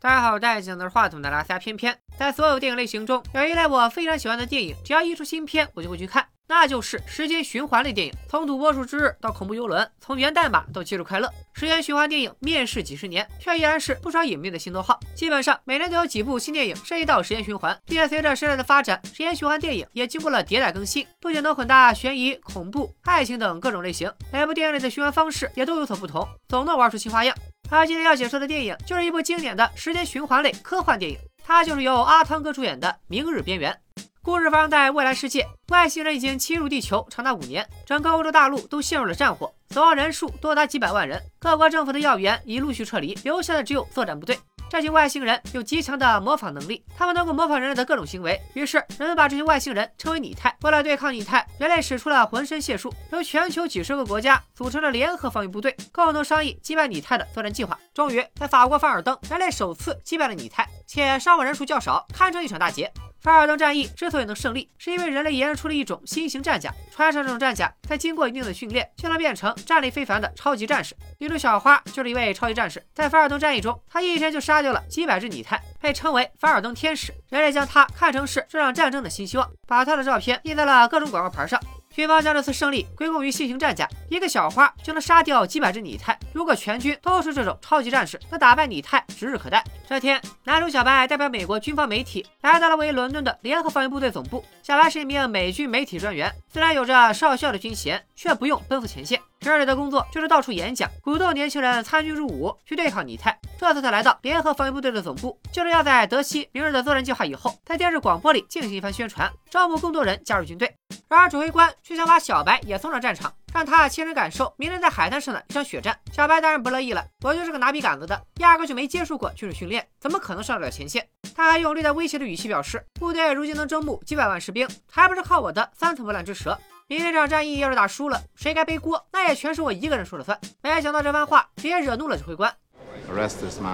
大家好，戴镜的是话筒的拉萨偏偏。在所有电影类型中，有一类我非常喜欢的电影，只要一出新片，我就会去看，那就是时间循环类电影。从赌博数之日到恐怖游轮，从源代码到节日快乐，时间循环电影面世几十年，却依然是不少影迷的心头好。基本上每年都有几部新电影涉及到时间循环，并且随着时代的发展，时间循环电影也经过了迭代更新，不仅能混搭悬疑、恐怖、爱情等各种类型，每部电影里的循环方式也都有所不同，总能玩出新花样。而今天要解说的电影就是一部经典的时间循环类科幻电影，它就是由阿汤哥主演的《明日边缘》。故事发生在未来世界，外星人已经侵入地球长达5年，整个欧洲大陆都陷入了战火，死亡人数多达几百万人，各国政府的要员已陆续撤离，留下的只有作战部队。这群外星人有极强的模仿能力，他们能够模仿人类的各种行为，于是人们把这群外星人称为拟态。为了对抗拟态，人类使出了浑身解数，由全球几十个国家组成了联合防御部队，共同商议击败拟态的作战计划。终于在法国凡尔登，人类首次击败了拟态，且伤亡人数较少，堪称一场大捷。凡尔登战役之所以能胜利，是因为人类研制出了一种新型战甲，穿上这种战甲，在经过一定的训练，就能变成战力非凡的超级战士。女主小花就是一位超级战士，在凡尔登战役中，她一天就杀掉了几百只拟态，被称为凡尔登天使。人类将她看成是这场战争的新希望，把她的照片印在了各种广告牌上。军方将这次胜利归功于新型战甲，一个小花就能杀掉几百只拟态。如果全军都是这种超级战士，那打败拟态指日可待。这天，男主小白代表美国军方媒体来到了位于伦敦的联合防御部队总部。小白是一名美军媒体专员，虽然有着少校的军衔，却不用奔赴前线。这里的工作就是到处演讲，鼓动年轻人参军入伍，去对抗拟态。这次他来到联合防御部队的总部，就是要在得悉明日的作战计划以后，在电视广播里进行一番宣传，招募更多人加入军队。然而指挥官却想把小白也送上战场，让他亲身感受明天在海滩上的一场血战。小白当然不乐意了，我就是个拿笔杆子的，压根就没接触过军事训练，怎么可能上得了前线？他还用略带威胁的语气表示，部队如今能征募几百万士兵，还不是靠我的3寸不烂之舌。明天这场战役要是打输了，谁该背锅，那也全是我一个人说了算。没想到这番话直接惹怒了指挥官。 Arrest this man.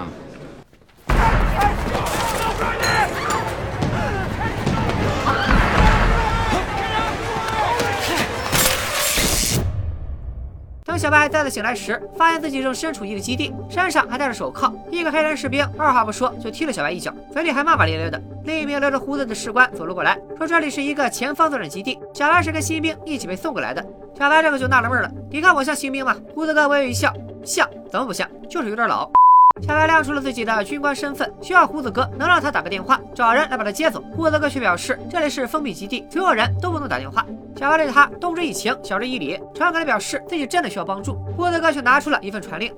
等小白再次醒来时，发现自己正身处一个基地，身上还戴着手铐。一个黑人士兵二话不说就踢了小白一脚，嘴里还骂骂咧咧的。另一名留着胡子的士官走了过来，说这里是一个前方作战基地，小白是跟新兵一起被送过来的。小白这个就纳了闷了，你看我像新兵吗？胡子哥微微一笑，像怎么不像，就是有点老。小白亮出了自己的军官身份，需要胡子哥能让他打个电话，找人来把他接走。胡子哥却表示这里是封闭基地，所有人都不能打电话。小白对他动之以情，晓之以理，诚恳地表示自己真的需要帮助。胡子哥却拿出了一份传令。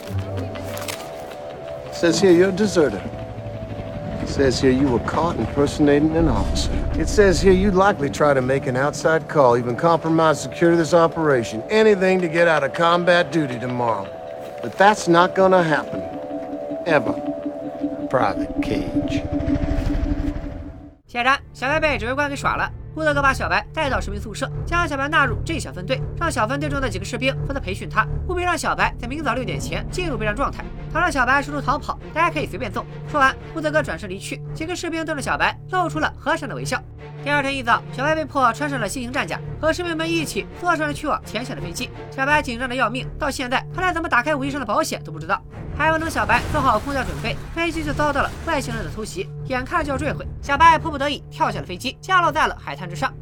Says here you're a deserter. It says here you were caught impersonating an officer. It says here you'd likely try to make an outside call, even compromise security of this operation. Anything to get out of combat duty tomorrow. But that's not gonna happen. Ever. Private Cage. 显然，小白被指挥官给耍了。胡德哥把小白带到士兵宿舍，将小白纳入这小分队，让小分队中的几个士兵负责培训他，务必让小白在明早6点前进入备战状态。倘若小白试图逃跑，大家可以随便揍。说完，胡德哥转身离去，几个士兵瞪着小白，露出了和善的微笑。第二天一早，小白被迫穿上了新型战甲，和士兵们一起坐上了去往前线的飞机。小白紧张的要命，到现在他连怎么打开武器上的保险都不知道。还未等小白做好空降准备，飞机就遭到了外星人的偷袭，眼看就要坠毁。小白迫不得已跳下了飞机，降落在了海滩之上。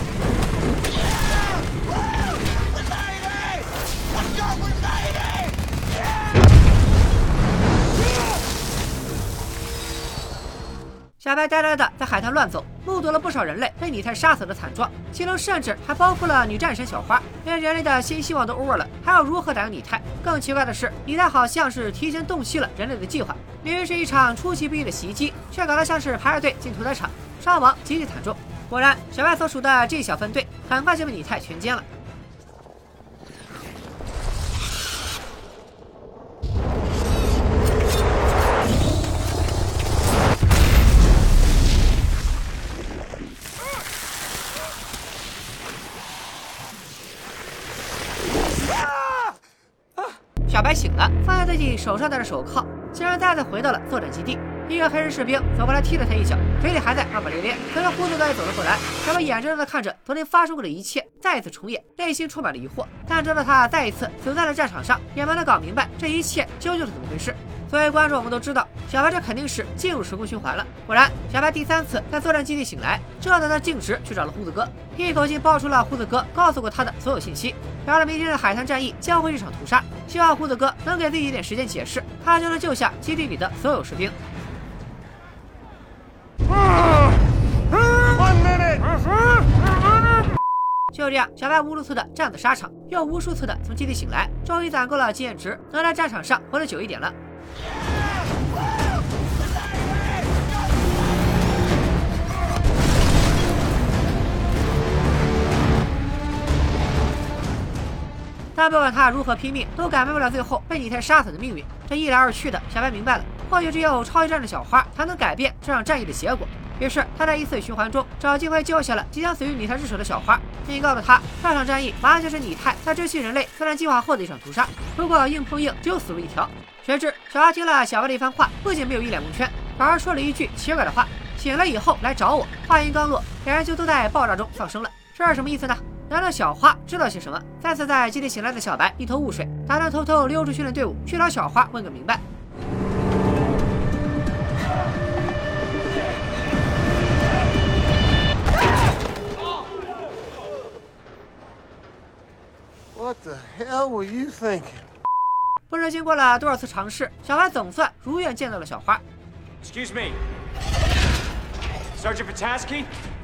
小白呆呆的在海滩乱走，目睹了不少人类被拟态杀死的惨状，其中甚至还包括了女战神小花。连人类的新希望都 over 了，还要如何打赢拟态？更奇怪的是，拟态好像是提前洞悉了人类的计划，明明是一场出其不意的袭击，却搞得像是排着队进屠宰场，伤亡极其惨重。果然，小白所属的这一小分队很快就被拟态全歼了。小白醒了，发现自己手上戴着手铐，竟然再次回到了作战基地。一个黑人士兵走过来踢了他一脚，嘴里还在骂骂咧咧。随着胡子哥也走了过来，小白眼睁睁地看着昨天发生过的一切再一次重演，内心充满了疑惑。但直到他再一次死在了战场上，也没能搞明白这一切究竟是怎么回事。 作为观众，我们都知道小白这肯定是进入时空循环了。果然，小白第3次在作战基地醒来，这才他径直去找了胡子哥，一口气爆出了胡子哥告诉过他的所有信息，表示明天的海滩战役将会是场屠杀，希望胡子哥能给自己一点时间解释，他就能救下基地里的所有士兵。就这样，小白无数次的战死沙场，又无数次的从基地醒来，终于攒够了经验值，能在战场上活得久一点了。但不管他如何拼命，都改变不了最后被拟态杀死的命运。这一来二去的，小白明白了，或许只有超级战士小花才能改变这场战役的结果。于是他在一次循环中找机会救下了即将死于拟态之手的小花，并告诉他这场战役完全是拟态在知悉人类作战计划后的一场屠杀，如果硬碰硬只有死路一条。谁知小花听了小白的一番话，不仅没有一脸蒙圈，反而说了一句奇怪的话：醒了以后来找我。话音刚落，两人就都在爆炸中丧生了。这是什么意思呢？难道小花知道些什么？再次在基地醒来的小白一头雾水，打算偷偷溜出训练队伍去找小花问个明白。 What the hell were you thinking? 不知经过了多少次尝试，小白总算如愿见到了小花。 Excuse me, Sergeant Pataski.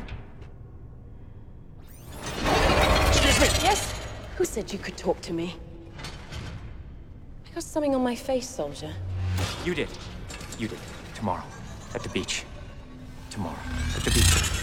Excuse me. Yes? Who said you could talk to me? I got something on my face, soldier. You did. You did. Tomorrow, at the beach. Tomorrow, at the beach.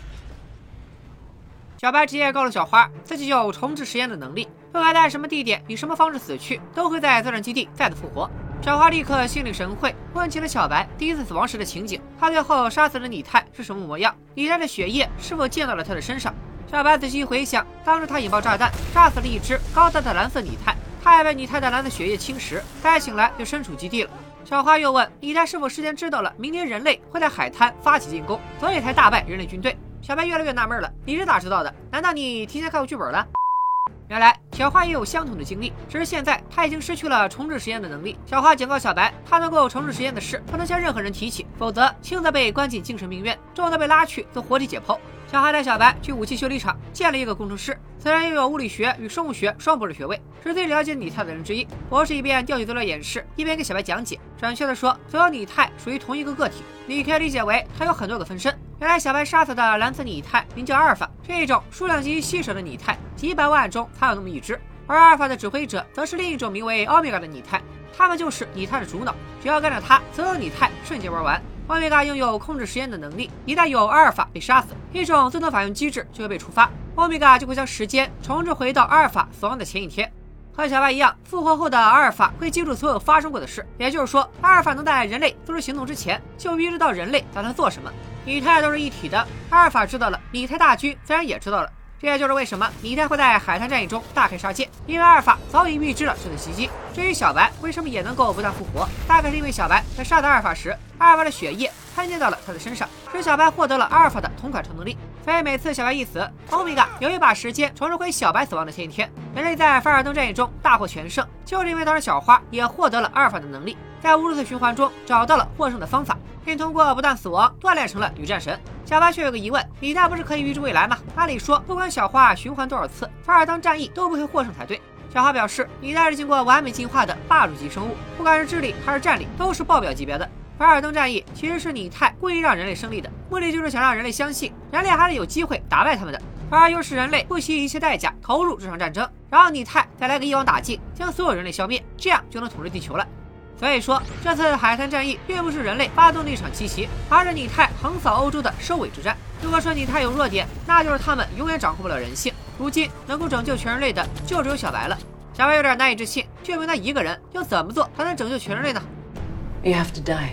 小白直接告诉小花，自己有重置实验的能力，不管在什么地点以什么方式死去，都会在作战基地再次复活。小花立刻心领神会，问起了小白第一次死亡时的情景，他最后杀死了拟态是什么模样，拟态的血液是否溅到了他的身上。小白仔细回想，当时他引爆炸弹杀死了一只高大的蓝色拟态，他也被拟态的蓝色血液侵蚀，该醒来就身处基地了。小花又问拟态是否事先知道了明天人类会在海滩发起进攻，所以才大败人类军队。小白越来越纳闷了，你是咋知道的？难道你提前看过剧本了？原来小花也有相同的经历，只是现在她已经失去了重置实验的能力。小花警告小白，她能够重置实验的事不能向任何人提起，否则轻则被关进精神病院，重则被拉去做活体解剖。小花带小白去武器修理厂见了一个工程师，此人拥有物理学与生物学双博士学位，是最了解拟态的人之一。博士一边调取资料演示，一边给小白讲解。准确的说，所有拟态属于同一个个体，你可以理解为它有很多个分身。原来小白杀死的蓝色拟态名叫阿尔法，是一种数量极其稀少的拟态，几百万中才有那么一只。而阿尔法的指挥者则是另一种名为奥米伽的拟态，他们就是拟态的主脑，只要跟着他，所有拟态瞬间玩完。奥米伽拥有控制实验的能力，一旦有阿尔法被杀死，一种自动反应机制就会被触发，欧米伽就会将时间重置回到阿尔法死亡的前一天。和小白一样，复活后的阿尔法会记住所有发生过的事，也就是说，阿尔法能在人类做出行动之前就预知到人类打算做什么。拟态都是一体的，阿尔法知道了，拟态大军自然也知道了。这也就是为什么拟态会在海滩战役中大开杀戒，因为阿尔法早已预知了这次袭击。至于小白为什么也能够不断复活，大概是因为小白在杀死阿尔法时，阿尔法的血液参溅到了他的身上，使小白获得了阿尔法的同款超能力。所以每次小白一死，欧米伽有一把时间重置回小白死亡的前一天。人类在凡尔登战役中大获全胜，就是因为当时小花也获得了阿尔法的能力，在无数次循环中找到了获胜的方法，并通过不断死亡锻炼成了女战神。小白却有个疑问，拟态不是可以预知未来吗？按理说，不管小花循环多少次，凡尔登战役都不会获胜才对。小花表示，拟态是经过完美进化的霸主级生物，不管是智力还是战力都是爆表级别的。凡尔登战役其实是拟态故意让人类胜利的，目的就是想让人类相信人类还是有机会打败他们的，而又是人类不惜一切代价投入这场战争，然后拟态再来个一网打尽，将所有人类消灭，这样就能统治地球了。所以说，这次海滩战役并不是人类发动的一场奇袭，而是拟态横扫欧洲的收尾之战。如果说拟态有弱点，那就是他们永远掌控不了人性。如今能够拯救全人类的就只有小白了。小白有点难以置信，就凭他一个人，要怎么做才能拯救全人类呢？ You have to die.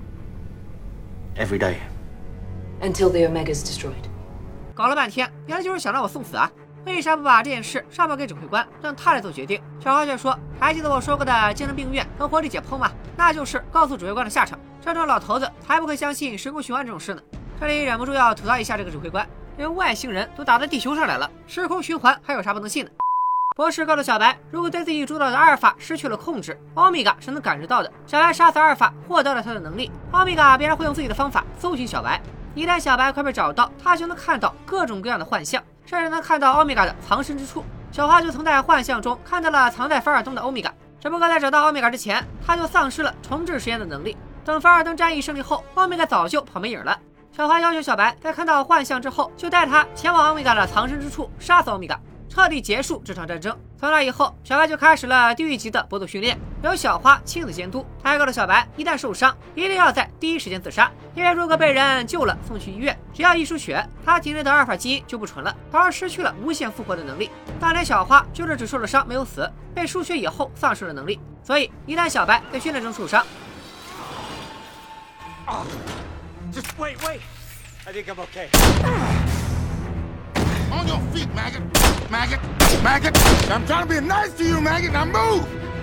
Every day. Until the Omega's destroyed. 搞了半天，原来就是想让我送死啊！为啥不把这件事上报给指挥官，让他来做决定？小花却说：“还记得我说过的精神病院和活体解剖吗？那就是告诉指挥官的下场。这种老头子才不会相信时空循环这种事呢。”这里忍不住要吐槽一下这个指挥官，连外星人都打到地球上来了，时空循环还有啥不能信的？ 博士告诉小白，如果对自己主导的阿尔法失去了控制，欧米伽是能感知到的。小白杀死阿尔法，获得了他的能力，欧米伽必然会用自己的方法搜寻小白。一旦小白快被找到，他就能看到各种各样的幻象，甚至能看到欧米伽的藏身之处。小花就曾在幻象中看到了藏在凡尔登的欧米伽，只不过在找到欧米伽之前，他就丧失了重置实验的能力。等凡尔登战役胜利后，欧米伽早就跑没影了。小花要求小白在看到幻象之后，就带他前往欧米伽的藏身之处，杀死欧米伽，彻底结束这场战争。从那以后，小白就开始了地狱级的搏斗训练，由小花亲自监督。他还告诉小白，一旦受伤，一定要在第一时间自杀，因为如果被人救了送去医院，只要一输血，他体内的阿尔法基因就不纯了，从而失去了无限复活的能力。当年小花就是只受了伤没有死，被输血以后丧失了能力，所以一旦小白在训练中受伤， Just wait. I think I'm okay. On your feet, maggot. Maggot. Maggot. I'm trying to be nice to you, maggot. Now move.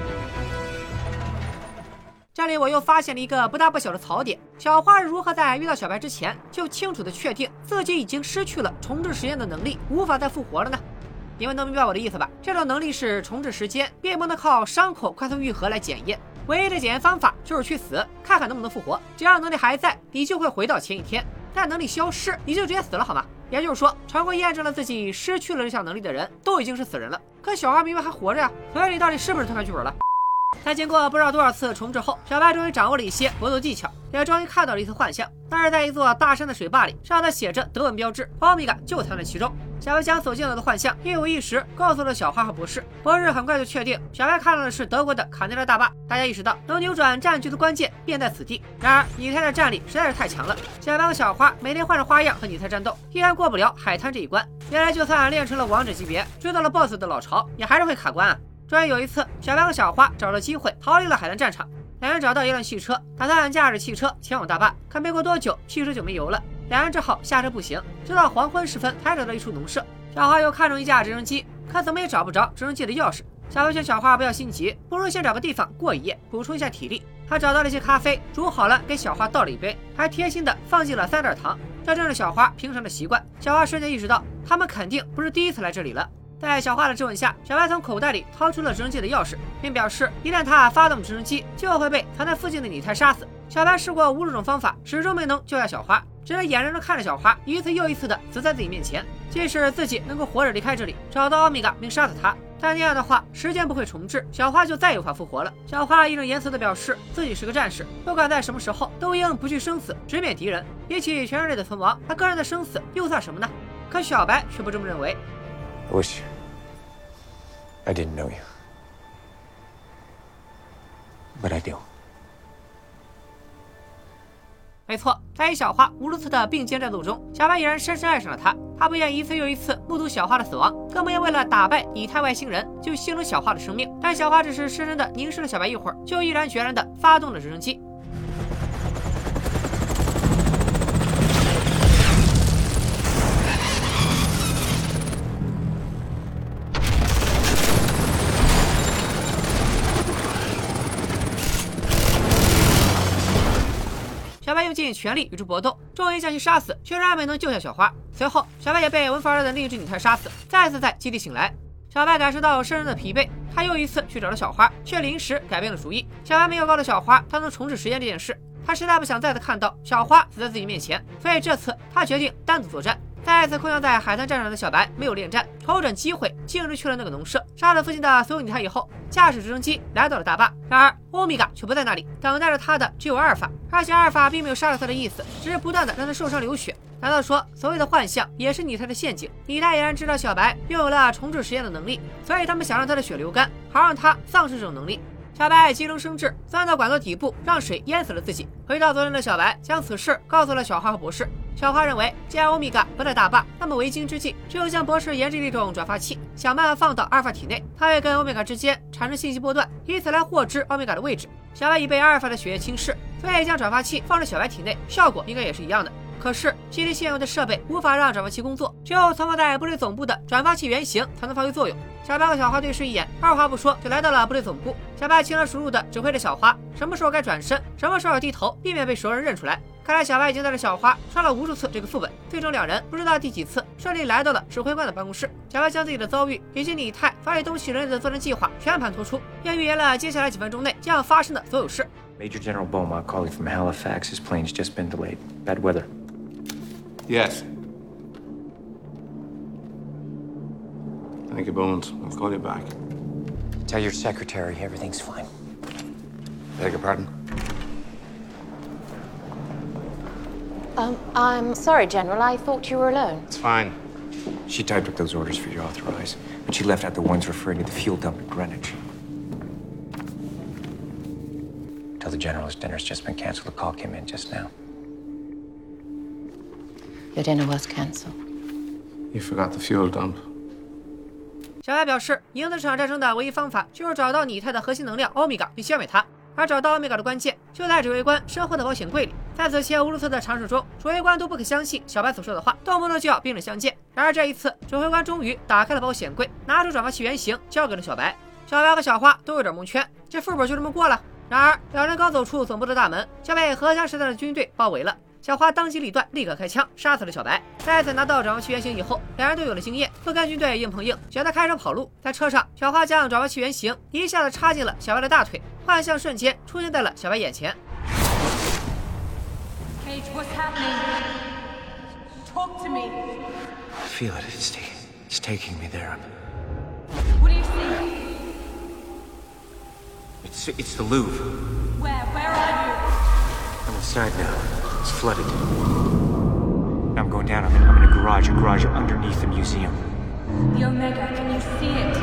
这里我又发现了一个不大不小的槽点：小花是如何在遇到小白之前就清楚地确定自己已经失去了重置实验的能力，无法再复活了呢？你们能明白我的意思吧？这种能力是重置时间，并不能靠伤口快速愈合来检验。唯一的检验方法就是去死，看看能不能复活。只要能力还在，你就会回到前一天；但能力消失，你就直接死了，好吗？也就是说，成功验证了自己失去了这项能力的人，都已经是死人了。可小花明明还活着呀，所以你到底是不是偷看剧本了？在经过不知道多少次重置后，小白终于掌握了一些搏斗技巧，也终于看到了一丝幻象。那是在一座大山的水坝里，上头写着德文标志，欧米伽就藏在其中。小白将所见到的幻象一五一十告诉了小花和博士。博士很快就确定小白看到的是德国的卡内拉大坝。大家意识到能扭转战局的关键便在此地。然而拟态的战力实在是太强了，小白和小花每天换着花样和拟态战斗，依然过不了海滩这一关。原来就算练成了王者级别，追到了 BOSS 的老巢，也还是会卡关啊。终于有一次，小白和小花找到机会逃离了海滩战场。两人找到一辆汽车，打算驾驶汽车前往大坝。可没过多久，汽车就没油了，两人只好下车步行，直到黄昏时分才找到一处农舍。小花又看中一架直升机，可怎么也找不着直升机的钥匙。小白劝小花不要心急，不如先找个地方过一夜，补充一下体力。他找到了一些咖啡，煮好了给小花倒了一杯，还贴心的放进了3袋糖。这正是小花平常的习惯。小花瞬间意识到，他们肯定不是第一次来这里了。在小花的质问下，小白从口袋里掏出了直升机的钥匙，并表示一旦他发动直升机，就会被藏在附近的拟态杀死。小白试过无数种方法，始终没能救下小花，只是眼睁睁看着小花一次又一次的死在自己面前。即使自己能够活着离开这里，找到奥米伽并杀死他，但那样的话，时间不会重置，小花就再也无法复活了。小花义正言辞地表示自己是个战士，不管在什么时候都应不惧生死，直面敌人。比起全人类的存亡，他个人的生死又算什么呢？可小白却不这么认为。 I wish I didn't know you. But I do. 没错，在与小花无数次的并肩战斗中，小白已然深深爱上了她。他不愿一次又一次目睹小花的死亡，更不愿为了打败拟态外星人就牺牲小花的生命。但小花只是深深的凝视了小白一会儿，就毅然决然的发动了直升机。小白用尽全力与之搏斗，终于将其杀死，却仍然没能救下小花。随后，小白也被文法尔的另一只拟态杀死，再次在基地醒来。小白感受到深深的疲惫，他又一次去找了小花，却临时改变了主意。小白没有告诉小花他能重置时间这件事，他实在不想再次看到小花死在自己面前，所以这次他决定单独作战。再一次空降在海滩战场的小白没有恋战，瞅准机会，径直去了那个农舍，杀了附近的所有拟态以后，驾驶直升机来到了大坝。然而欧米伽却不在那里，等待着他的只有阿尔法，而且阿尔法并没有杀了他的意思，只是不断的让他受伤流血。难道说所谓的幻象也是拟态的陷阱？拟态俨然知道小白拥有了重置实验的能力，所以他们想让他的血流干，好让他丧失这种能力。小白急中生智，钻到管道底部，让水淹死了自己。回到昨天的小白将此事告诉了小花和博士。小花认为，既然欧米伽不在大坝，那么为今之计只有将博士研制的一种转发器，想办法放到阿尔法体内，它会跟欧米伽之间产生信息波段，以此来获知欧米伽的位置。小白已被阿尔法的血液侵蚀，所以将转发器放在小白体内，效果应该也是一样的。可是基地现有的设备无法让转发器工作，只有存放在部队总部的转发器原型才能发挥作用。小白和小花对视一眼，二话不说就来到了部队总部。小白轻车熟路的指挥着小花什么时候该转身，什么时候要低头，避免被熟人认出来。 看来小白已经带着小花刷了无数次这个副本，最终两人不知道第几次顺利来到了指挥官的办公室。小白将自己的遭遇以及拟态发给东契人类的作战计划全盘托出，也预言了接下来几分钟内将要发生的所有事。 Major General Beaumont calling from Halifax. His plane's just been delayed. Bad weather. Yes. Thank you, Bones. I'll call you back. Tell your secretary everything's fine. Beg your pardon? I'm sorry, General. I thought you were alone. It's fine. She typed up those orders for you to authorize, but she left out the ones referring to the fuel dump at Greenwich. Tell the general his dinner's just been canceled. The call came in just now. Your dinner was cancelled. You forgot the fuel dump. 小白表示，赢得这场战争的唯一方法就是找到拟态的核心能量欧米伽并消灭它。而找到欧米伽的关键就在指挥官身后的保险柜里。在此前无数次的尝试中，指挥官都不可相信小白所说的话，动不动就要兵刃相见。然而这一次，指挥官终于打开了保险柜，拿出转发器原型交给了小白。小白和小花都有点蒙圈，这副本就这么过了。然而两人刚走出总部的大门，就被荷枪实弹的军队包围了。 小花当机立断，立刻开枪杀死了小白。再次拿到转化器原型以后，两人都有了经验，不跟军队硬碰硬，选择开车跑路。在车上，小花将转化器原型一下子插进了小白的大腿，幻象瞬间出现在了小白眼前。 Paige, what's happening? Talk to me. I feel it. It's taking me there. What do you see? It's the Louvre. Where? Where are you? I'm inside now. It's flooded. I'm going down. I'm in a garage underneath the museum. The Omega, can you see it?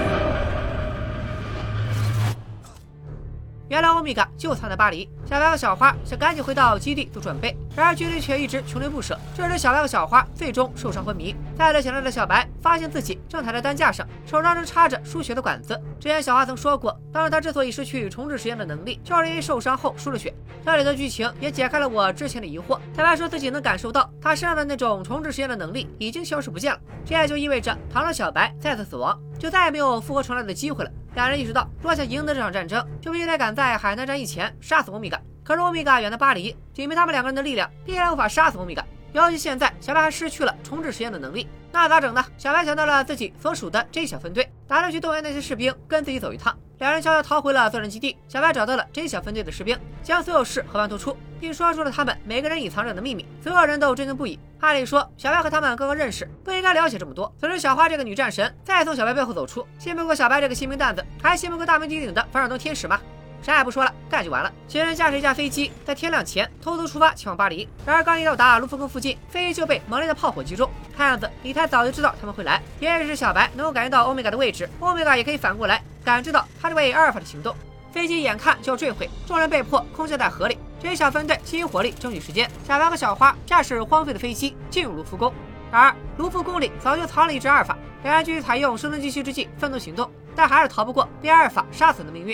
原来欧米伽就藏在巴黎，小白和小花想赶紧回到基地做准备，然而军队却一直穷追不舍，致使小白和小花最终受伤昏迷。再次醒来的小白发现自己正躺在担架上，手上正插着输血的管子。之前小花曾说过，当时他之所以失去重置实验的能力，就是因为受伤后输了血。这里的剧情也解开了我之前的疑惑。小白说自己能感受到他身上的那种重置实验的能力已经消失不见了，这也就意味着倘若小白再次死亡，就再也没有复活重来的机会了。两人意识到，若想赢得这场战争，就必须得赶在海南战役前杀死欧米伽。可是欧米伽远在巴黎，仅凭他们两个人的力量，必然无法杀死欧米伽。尤其现在，小白还失去了重置实验的能力，那咋整呢？小白想到了自己所属的 J 小分队，打算去动员那些士兵跟自己走一趟。两人悄悄逃回了作战基地。小白找到了 J 小分队的士兵，将所有事和盘托出，并说出了他们每个人隐藏着的秘密。所有人都震惊不已。按理说，小白和他们刚刚认识，不应该了解这么多。可是小花这个女战神再从小白背后走出，信不过小白这个新兵蛋子，还信不过大名鼎鼎的凡尔登天使吗？啥也不说了，干就完了。几人驾驶一架飞机，在天亮前偷偷出发前往巴黎。然而刚一到达卢浮宫附近，飞机就被猛烈的炮火击中。看样子李太早就知道他们会来，也是小白能够感觉到欧米伽的位置，欧米伽也可以反过来感知到他这位阿尔法的行动。飞机眼看就要坠毁，众人被迫空降在河里。这一小分队吸引火力争取时间，小白和小花驾驶荒废的飞机进入卢浮宫。然而卢浮宫里早就藏了一只阿尔法，两人继续采用生存继续之计奋斗行动，但还是逃不过被阿尔法杀死的命运。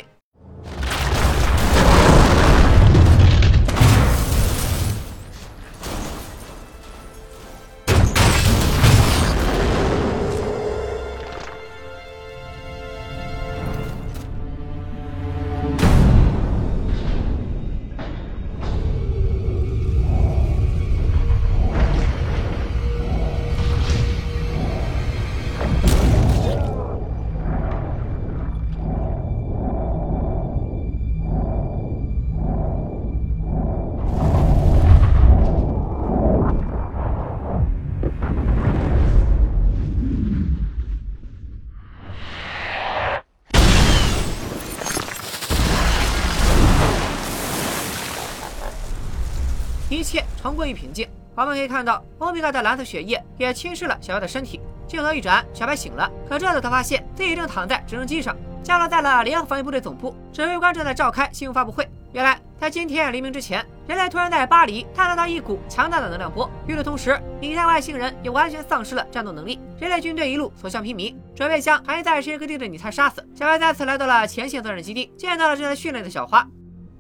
一切重归于平静。我们可以看到，欧米伽的蓝色血液也侵蚀了小白的身体。镜头一转，小白醒了，可这次他发现自己正躺在直升机上，降落在了联合防御部队总部。指挥官正在召开新闻发布会。原来，在今天黎明之前，人类突然在巴黎探测到一股强大的能量波。与此同时，拟态外星人也完全丧失了战斗能力。人类军队一路所向披靡，准备将还在世界各地的拟态杀死。小白再次来到了前线作战基地，见到了正在训练的小花。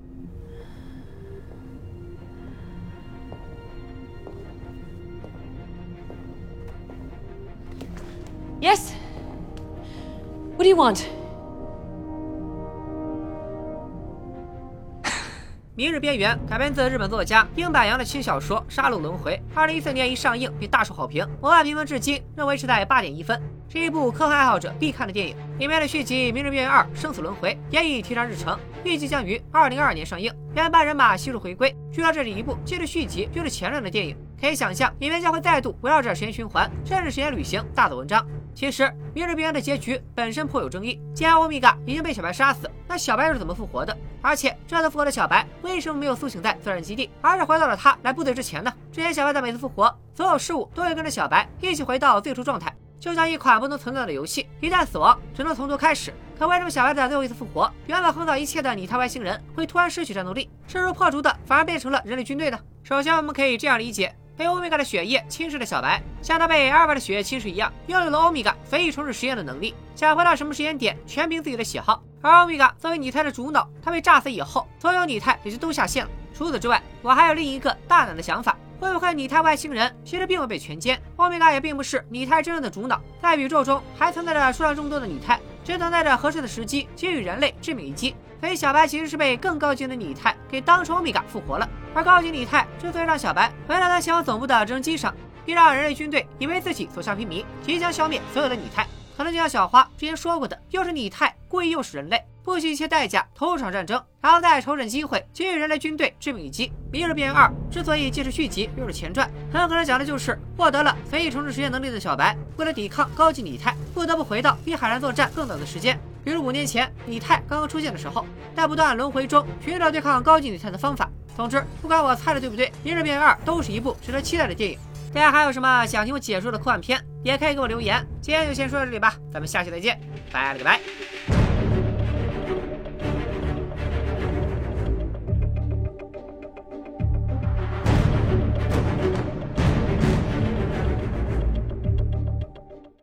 Yes? What do you want? 明日边缘》改编自日本作家樱坂洋的轻小说《杀戮轮回》，2014年一上映并大受好评，豆瓣评分至今认为是在8.1分，是一部科幻爱好者必看的电影。里面的续集《明日边缘2：生死轮回》也已提上日程，预计将于2022年上映。原班人马悉数回归，据说这是一部既是续集又是前传的电影，可以想象里面将会再度围绕着时间循环，甚至时间旅行大做文章。其实，明日边缘的结局本身颇有争议。既然欧米伽已经被小白杀死，那小白又是怎么复活的？而且这次复活的小白为什么没有苏醒在自然基地，而是回到了他来部队之前呢？之前小白的每次复活，所有事物都会跟着小白一起回到最初状态，就像一款不能存在的游戏，一旦死亡只能从头开始。可为什么小白的最后一次复活，原本横扫一切的拟态外星人会突然失去战斗力，势如破竹的反而变成了人类军队呢？首先我们可以这样理解。被欧米伽的血液侵蚀的小白，像他被阿尔法的血液侵蚀一样，拥有了欧米伽随意重置实验的能力，想回到什么时间点全凭自己的喜好。而欧米伽作为拟态的主脑，他被炸死以后，所有拟态也就都下线了。除此之外，我还有另一个大胆的想法，会不会拟态外星人其实并未被全歼，欧米伽也并不是拟态真正的主脑，在宇宙中还存在着数量众多的拟态，只等待着合适的时机给予人类致命一击。所以小白其实是被更高级的拟态给当成欧米伽复活了。而高级拟态之所以让小白回到他前往总部的直升机上，并让人类军队以为自己所向披靡，即将消灭所有的拟态，可能就像小花之前说过的，又是拟态故意诱使人类不惜一切代价投入场战争，然后再瞅准机会给予人类军队致命一击。明日边缘2之所以既是续集又是前传，很可能讲的就是获得了随意重置实验能力的小白，为了抵抗高级拟态，不得不回到比海蓝作战更早的时间，比如5年前拟态刚刚出现的时候，在不断轮回中寻找对抗高级拟态的方法。总之，不管我猜的对不对，明日边缘2都是一部值得期待的电影。大家还有什么想听我解说的科幻片，也可以给我留言。今天就先说到这里吧，咱们下期再见，拜了个拜。